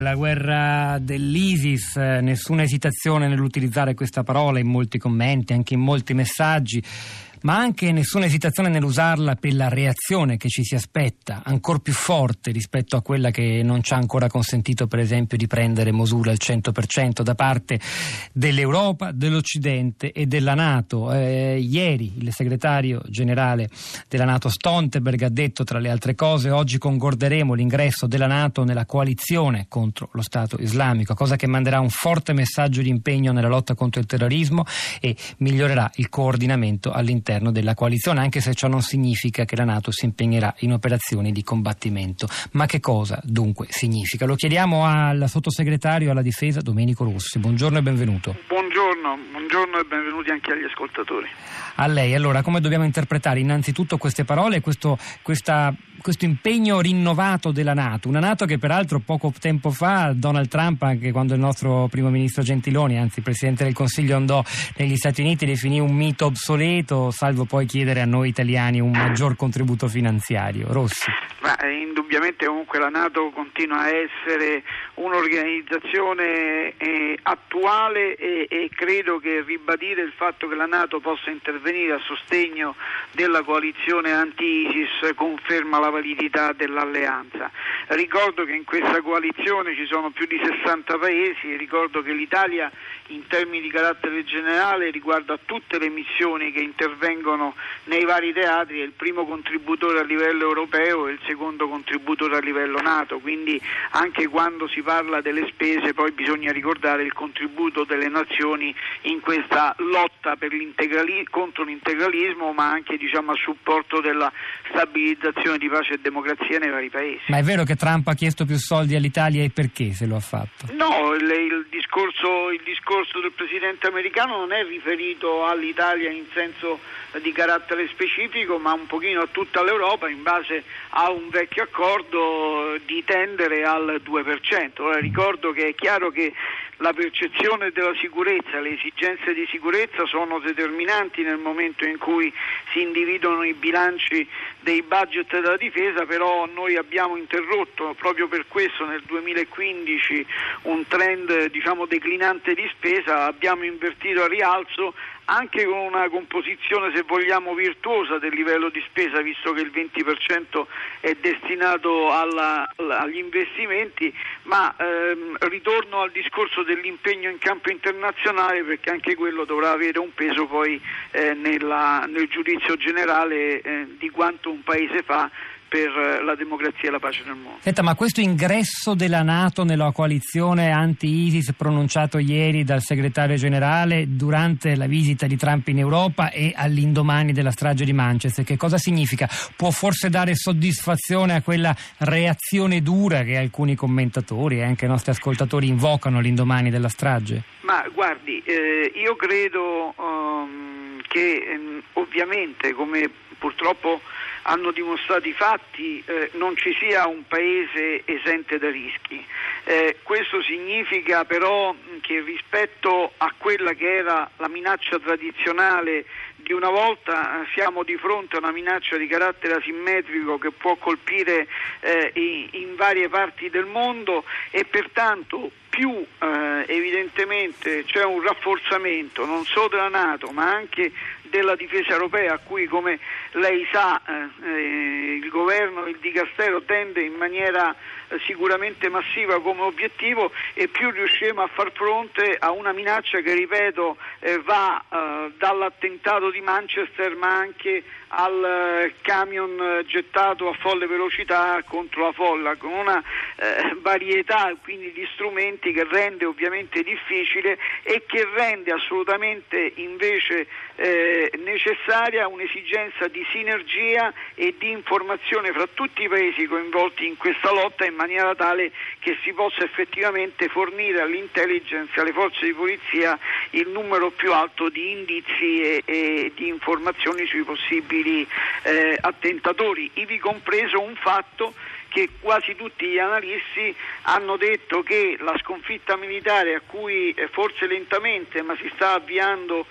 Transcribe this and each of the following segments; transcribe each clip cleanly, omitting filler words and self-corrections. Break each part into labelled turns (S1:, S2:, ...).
S1: La guerra dell'ISIS, nessuna esitazione nell'utilizzare questa parola in molti commenti, anche in molti messaggi, ma anche nessuna esitazione nell'usarla per la reazione che ci si aspetta, ancora più forte rispetto a quella che non ci ha ancora consentito, per esempio, di prendere Mosul al 100% da parte dell'Europa, dell'Occidente e della NATO. Ieri il segretario generale della NATO Stoltenberg ha detto, tra le altre cose, oggi concorderemo l'ingresso della NATO nella coalizione contro lo Stato islamico, cosa che manderà un forte messaggio di impegno nella lotta contro il terrorismo e migliorerà il coordinamento all'interno della coalizione, anche se ciò non significa che la NATO si impegnerà in operazioni di combattimento. Ma che cosa dunque significa? Lo chiediamo al sottosegretario alla difesa Domenico Rossi. Buongiorno e benvenuto.
S2: Buongiorno e benvenuti anche agli ascoltatori.
S1: A lei, allora, come dobbiamo interpretare innanzitutto queste parole e questo impegno rinnovato della NATO? Una NATO che peraltro poco tempo fa Donald Trump, anche quando il nostro primo ministro Gentiloni, anzi Presidente del Consiglio, andò negli Stati Uniti, definì un mito obsoleto, salvo poi chiedere a noi italiani un maggior contributo finanziario. Rossi.
S2: Ma indubbiamente comunque la NATO continua a essere un'organizzazione attuale e credo che ribadire il fatto che la NATO possa intervenire a sostegno della coalizione anti-ISIS conferma la validità dell'alleanza. Ricordo che in questa coalizione ci sono più di 60 paesi e ricordo che l'Italia in termini di carattere generale riguardo a tutte le missioni che intervengono nei vari teatri è il primo contributore a livello europeo e il secondo contributore a livello NATO, quindi anche quando si parla delle spese poi bisogna ricordare il contributo delle nazioni in questa lotta per contro l'integralismo, ma anche a supporto della stabilizzazione di pace e democrazia nei vari paesi.
S1: Ma è vero che Trump ha chiesto più soldi all'Italia, e perché se lo ha fatto?
S2: No, il discorso del presidente americano non è riferito all'Italia in senso di carattere specifico, ma un pochino a tutta l'Europa in base a un vecchio accordo di tendere al 2%. Ora ricordo che è chiaro che la percezione della sicurezza, le esigenze di sicurezza sono determinanti nel momento in cui si individuano i bilanci dei budget della difesa, però noi abbiamo interrotto proprio per questo nel 2015 un trend declinante di spesa, abbiamo invertito a rialzo anche con una composizione, se vogliamo, virtuosa del livello di spesa, visto che il 20% è destinato agli investimenti, ma ritorno al discorso dell'impegno in campo internazionale, perché anche quello dovrà avere un peso poi nel giudizio generale di quanto un paese fa per la democrazia e la pace nel mondo.
S1: Senta, ma questo ingresso della NATO nella coalizione anti-ISIS pronunciato ieri dal segretario generale durante la visita di Trump in Europa e all'indomani della strage di Manchester, che cosa significa? Può forse dare soddisfazione a quella reazione dura che alcuni commentatori e anche i nostri ascoltatori invocano all'indomani della strage?
S2: Ma guardi, io credo che ovviamente, come purtroppo hanno dimostrato i fatti, non ci sia un paese esente da rischi. Questo significa però che rispetto a quella che era la minaccia tradizionale di una volta siamo di fronte a una minaccia di carattere asimmetrico che può colpire in varie parti del mondo e pertanto più evidentemente c'è un rafforzamento non solo della NATO ma anche della difesa europea, a cui, come lei sa, il governo, il dicastero tende in maniera sicuramente massiva come obiettivo, e più riusciremo a far fronte a una minaccia che, ripeto, va dall'attentato di Manchester ma anche al camion gettato a folle velocità contro la folla, con una varietà quindi di strumenti che rende ovviamente difficile e che rende assolutamente invece necessaria un'esigenza di sinergia e di informazione fra tutti i paesi coinvolti in questa lotta, in maniera tale che si possa effettivamente fornire all'intelligence e alle forze di polizia il numero più alto di indizi e di informazioni sui possibili attentatori, ivi compreso un fatto che quasi tutti gli analisti hanno detto che la sconfitta militare a cui forse lentamente ma si sta avviando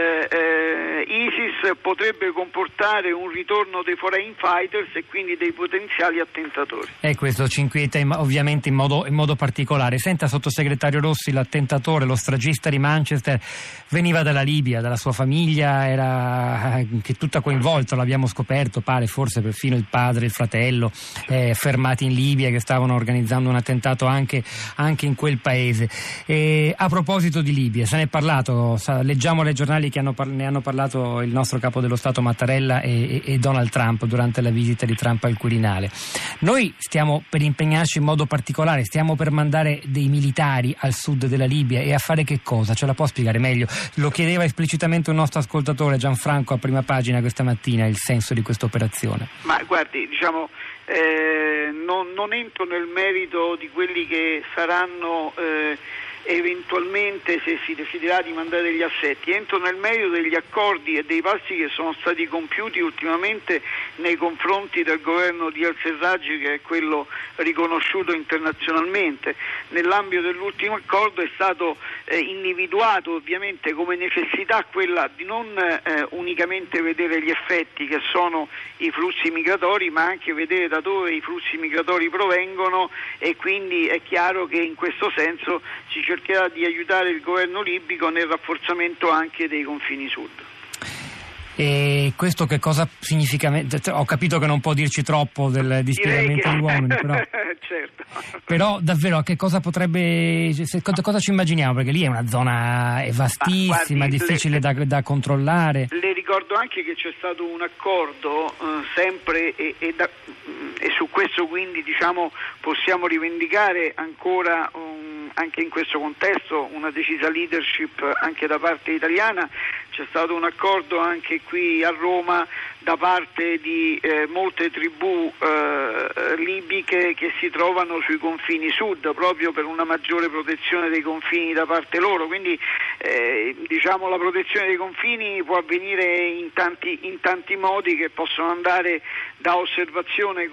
S2: ISIS potrebbe comportare un ritorno dei foreign fighters e quindi dei potenziali attentatori.
S1: E questo ci inquieta ovviamente in modo particolare. Senta, sottosegretario Rossi, l'attentatore, lo stragista di Manchester veniva dalla Libia, dalla sua famiglia era anche tutta coinvolta, l'abbiamo scoperto, pare forse perfino il padre, il fratello, fermati in Libia, che stavano organizzando un attentato anche in quel paese. A proposito di Libia, se ne è parlato, leggiamo nei giornali che ne hanno parlato il nostro capo dello Stato Mattarella e Donald Trump durante la visita di Trump al Quirinale. Noi stiamo per impegnarci in modo particolare, stiamo per mandare dei militari al sud della Libia, e a fare che cosa? Ce la può spiegare meglio? Lo chiedeva esplicitamente un nostro ascoltatore, Gianfranco, a Prima Pagina questa mattina, il senso di questa operazione.
S2: Ma guardi, non entro nel merito di quelli che saranno eventualmente, se si deciderà di mandare degli assetti, entro nel merito degli accordi e dei passi che sono stati compiuti ultimamente nei confronti del governo di al-Serraj, che è quello riconosciuto internazionalmente. Nell'ambito dell'ultimo accordo è stato individuato ovviamente come necessità quella di non unicamente vedere gli effetti che sono i flussi migratori, ma anche vedere da dove i flussi migratori provengono, e quindi è chiaro che in questo senso si cercherà di aiutare il governo libico nel rafforzamento anche dei confini sud.
S1: E questo che cosa significa? Ho capito che non può dirci troppo del dispiegamento di uomini, però,
S2: certo.
S1: Però davvero a che cosa potrebbe, cosa ci immaginiamo? Perché lì è una zona vastissima, difficile da controllare.
S2: Le ricordo anche che c'è stato un accordo sempre e su questo quindi possiamo rivendicare ancora anche in questo contesto una decisa leadership anche da parte italiana. C'è stato un accordo anche qui a Roma da parte di molte tribù libiche che si trovano sui confini sud, proprio per una maggiore protezione dei confini da parte loro. Quindi la protezione dei confini può avvenire in tanti modi, che possono andare da osservazione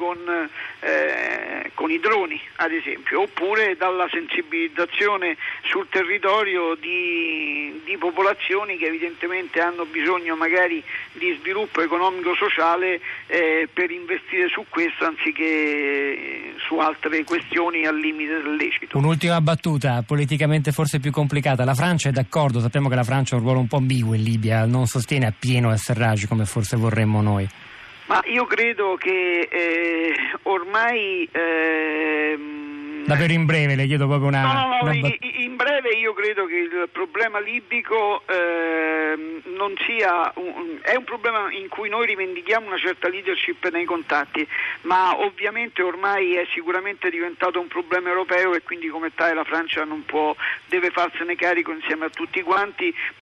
S2: con i droni, ad esempio, oppure dalla sensibilizzazione sul territorio di popolazioni che evidentemente hanno bisogno magari di sviluppo economico-sociale per investire su questo anziché su altre questioni al limite del lecito.
S1: Un'ultima battuta, politicamente forse più complicata. La Francia è d'accordo, sappiamo che la Francia ha un ruolo un po' ambiguo in Libia, non sostiene appieno al-Serraj come forse vorremmo noi.
S2: Ma io credo che ormai
S1: davvero in breve, le chiedo proprio
S2: in breve io credo che il problema libico non sia è un problema in cui noi rivendichiamo una certa leadership nei contatti, ma ovviamente ormai è sicuramente diventato un problema europeo, e quindi come tale la Francia deve farsene carico insieme a tutti quanti.